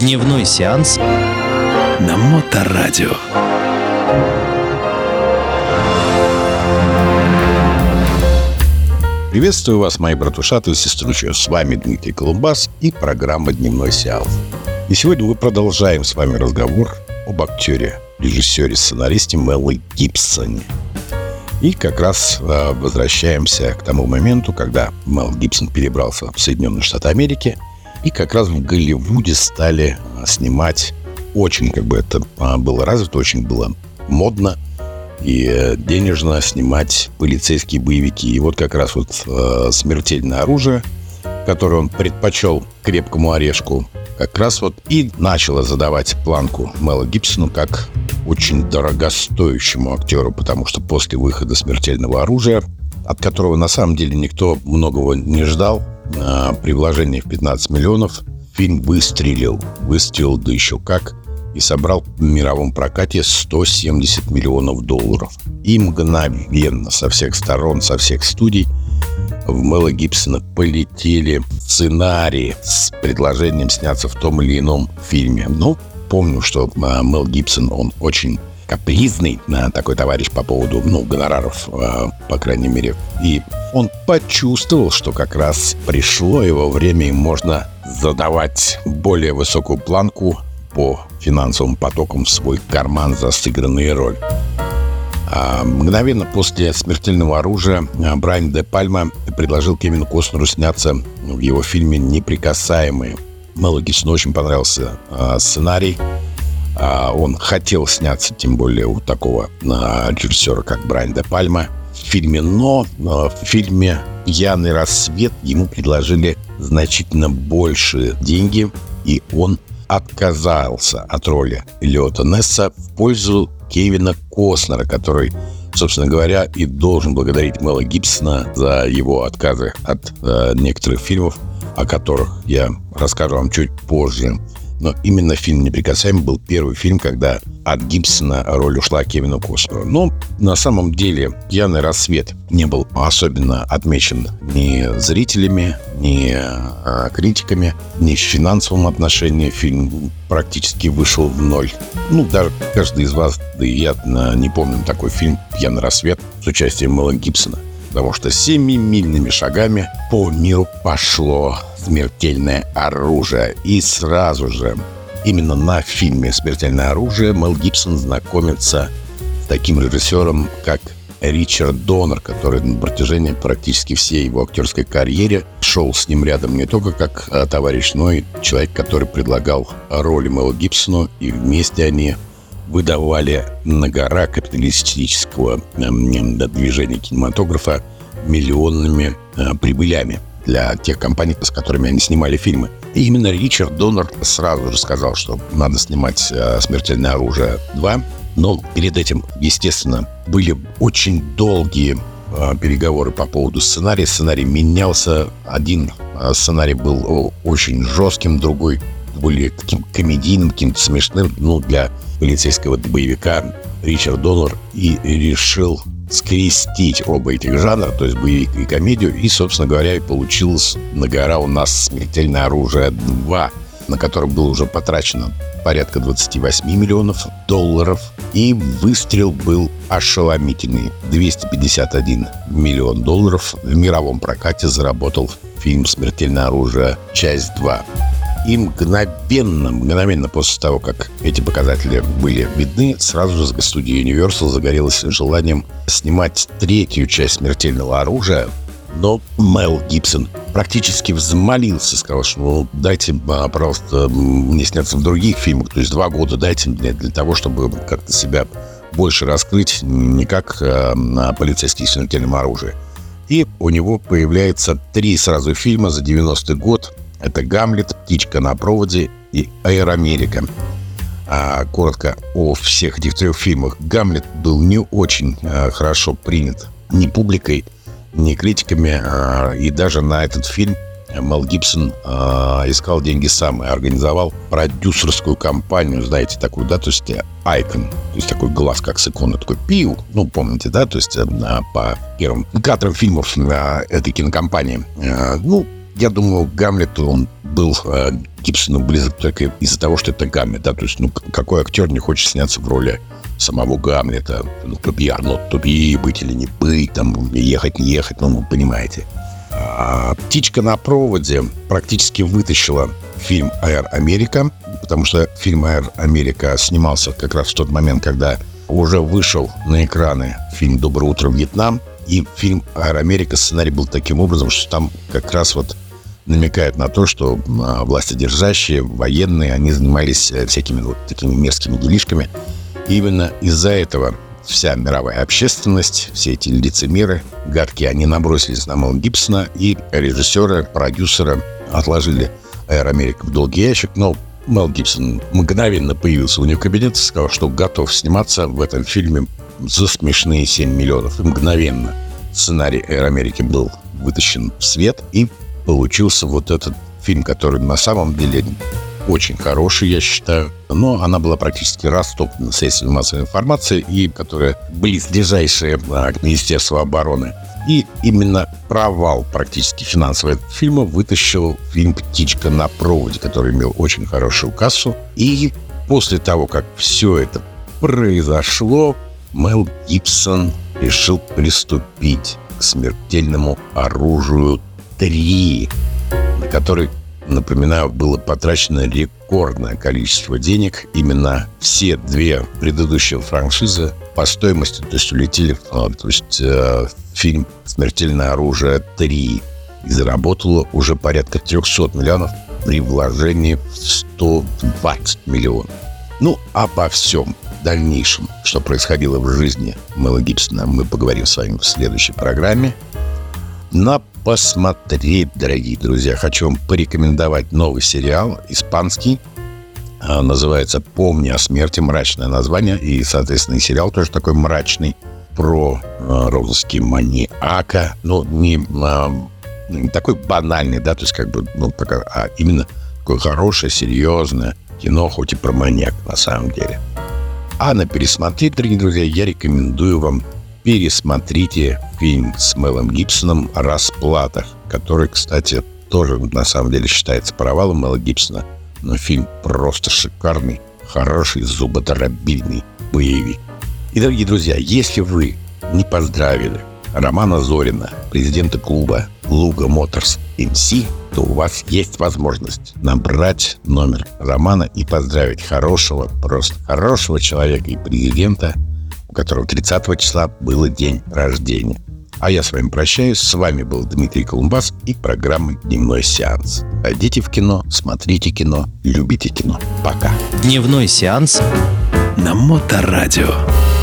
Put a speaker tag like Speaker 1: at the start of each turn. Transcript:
Speaker 1: Дневной сеанс
Speaker 2: на Моторадио.
Speaker 3: Приветствую вас, мои братушаты и сестручи. С вами Дмитрий Колумбас и программа «Дневной сеанс». И сегодня мы продолжаем с вами разговор об актере, режиссере, сценаристе Меле Гибсоне. И как раз возвращаемся к тому моменту, когда Мел Гибсон перебрался в Соединенные Штаты Америки. И как раз в Голливуде стали снимать очень, это было развито, очень было модно и денежно снимать полицейские боевики. И вот как раз «Смертельное оружие», которое он предпочел крепкому орешку, как раз и начало задавать планку Мелу Гибсону как очень дорогостоящему актеру, потому что после выхода «Смертельного оружия», от которого на самом деле никто многого не ждал, при вложении в 15 миллионов фильм выстрелил, да еще как, и собрал в мировом прокате $170 миллионов. И мгновенно со всех сторон, со всех студий в Мела Гибсона полетели сценарии с предложением сняться в том или ином фильме. Помню, что Мел Гибсон, он очень капризный такой товарищ по поводу, гонораров, по крайней мере. И он почувствовал, что как раз пришло его время, и можно задавать более высокую планку по финансовым потокам в свой карман за сыгранные роли. Мгновенно после «Смертельного оружия» Брайан Де Пальма предложил Кевину Костнеру сняться в его фильме «Неприкасаемые». Мелу Гибсону очень понравился сценарий. Он хотел сняться, тем более у такого режиссера, как Брайан Де Пальма, в фильме, но в фильме «Пьяный рассвет» ему предложили значительно большие деньги, и он отказался от роли Эллиота Несса в пользу Кевина Костнера, который, собственно говоря, и должен благодарить Мела Гибсона за его отказы от некоторых фильмов, о которых я расскажу вам чуть позже. Но именно фильм «Неприкасаемый» был первый фильм, когда от Гибсона роль ушла Кевину Костнеру. Но на самом деле «Пьяный рассвет» не был особенно отмечен ни зрителями, ни критиками, ни в финансовом отношении. Фильм практически вышел в ноль. Даже каждый из вас, да и я, не помним такой фильм «Пьяный рассвет» с участием Мела Гибсона. Потому что 7-мильными шагами по миру пошло «Смертельное оружие». И сразу же именно на фильме «Смертельное оружие» Мел Гибсон знакомится с таким режиссером, как Ричард Доннер, который на протяжении практически всей его актерской карьеры шел с ним рядом не только как товарищ, но и человек, который предлагал роли Мелу Гибсону, и вместе они выдавали на гора капиталистического движения кинематографа миллионными прибылями для тех компаний, с которыми они снимали фильмы. И именно Ричард Доннер сразу же сказал, что надо снимать «Смертельное оружие 2». Но перед этим, естественно, были очень долгие переговоры по поводу сценария. Сценарий менялся. Один сценарий был очень жестким, другой более таким комедийным, каким-то смешным. Для полицейского боевика Ричард Доннер и решил скрестить оба этих жанра, то есть боевик и комедию. И, собственно говоря, и получилось на гора у нас «Смертельное оружие 2», на котором было уже потрачено порядка $28 миллионов. И выстрел был ошеломительный. $251 миллион в мировом прокате заработал фильм «Смертельное оружие. Часть 2». И мгновенно после того, как эти показатели были видны, сразу же студия Universal загорелась желанием снимать третью часть «Смертельного оружия». Но Мел Гибсон практически взмолился, сказал, что дайте, пожалуйста, мне сняться в других фильмах, то есть 2 года дайте мне для того, чтобы как-то себя больше раскрыть, не как полицейский в «Смертельном оружии». И у него появляется 3 сразу фильма за 90-й год. Это «Гамлет», «Птичка на проводе» и «Эйр Америка». Коротко о всех этих 3 фильмах. «Гамлет» был не очень хорошо принят ни публикой, ни критиками. И даже на этот фильм Мел Гибсон искал деньги сам и организовал продюсерскую компанию, знаете, такую, да, то есть Icon, то есть такой глаз, как с иконы, такой пиу, помните, да, то есть по первым кадрам фильмов этой кинокомпании. Я думаю, Гамлет, он был Гибсону близок только из-за того, что это Гамлет, да, то есть, какой актер не хочет сняться в роли самого Гамлета, to be or not to be, быть или не быть, там, ехать, не ехать, вы понимаете. А «Птичка на проводе» практически вытащила фильм «Air America», потому что фильм «Air America» снимался как раз в тот момент, когда уже вышел на экраны фильм «Доброе утро, Вьетнам», и фильм «Air America» сценарий был таким образом, что там как раз вот намекает на то, что властедержащие, военные, они занимались всякими вот такими мерзкими делишками. И именно из-за этого вся мировая общественность, все эти лицемеры гадкие, они набросились на Мела Гибсона, и режиссеры, продюсеры отложили «Air America» в долгий ящик. Но Мел Гибсон мгновенно появился у него в кабинете и сказал, что готов сниматься в этом фильме за смешные 7 миллионов. И мгновенно сценарий «Air America» был вытащен в свет, и получился вот этот фильм, который на самом деле очень хороший, я считаю. Но она была практически растоптана средствами массовой информации, и которые близлежащие к Министерству обороны. И именно провал практически финансового этого фильма вытащил фильм «Птичка на проводе», который имел очень хорошую кассу. И после того, как все это произошло, Мел Гибсон решил приступить к «Смертельному оружию 3», на который, напоминаю, было потрачено рекордное количество денег. Именно все две предыдущие франшизы по стоимости, то есть улетели, то есть фильм «Смертельное оружие 3» и заработало уже порядка 300 миллионов при вложении в 120 миллионов. Обо всем дальнейшем, что происходило в жизни Мела Гибсона, мы поговорим с вами в следующей программе. На посмотреть, дорогие друзья, хочу вам порекомендовать новый сериал, испанский. Называется «Помни о смерти», мрачное название. И, соответственно, и сериал тоже такой мрачный, про розыски маньяка. Не такой банальный, да, то есть а именно такое хорошее, серьезное кино, хоть и про маньяка на самом деле. А на пересмотреть, дорогие друзья, я рекомендую вам пересмотрите фильм с Мелом Гибсоном «Расплата», который, кстати, тоже на самом деле считается провалом Мела Гибсона, но фильм просто шикарный, хороший, зубодробильный боевик. И, дорогие друзья, если вы не поздравили Романа Зорина, президента клуба Луга Моторс МС, то у вас есть возможность набрать номер Романа и поздравить хорошего человека и президента, у которого 30 числа был день рождения. А я с вами прощаюсь. С вами был Дмитрий Колумбас и программа «Дневной сеанс». Ходите в кино, смотрите кино, любите кино. Пока.
Speaker 1: Дневной сеанс
Speaker 2: на Моторадио.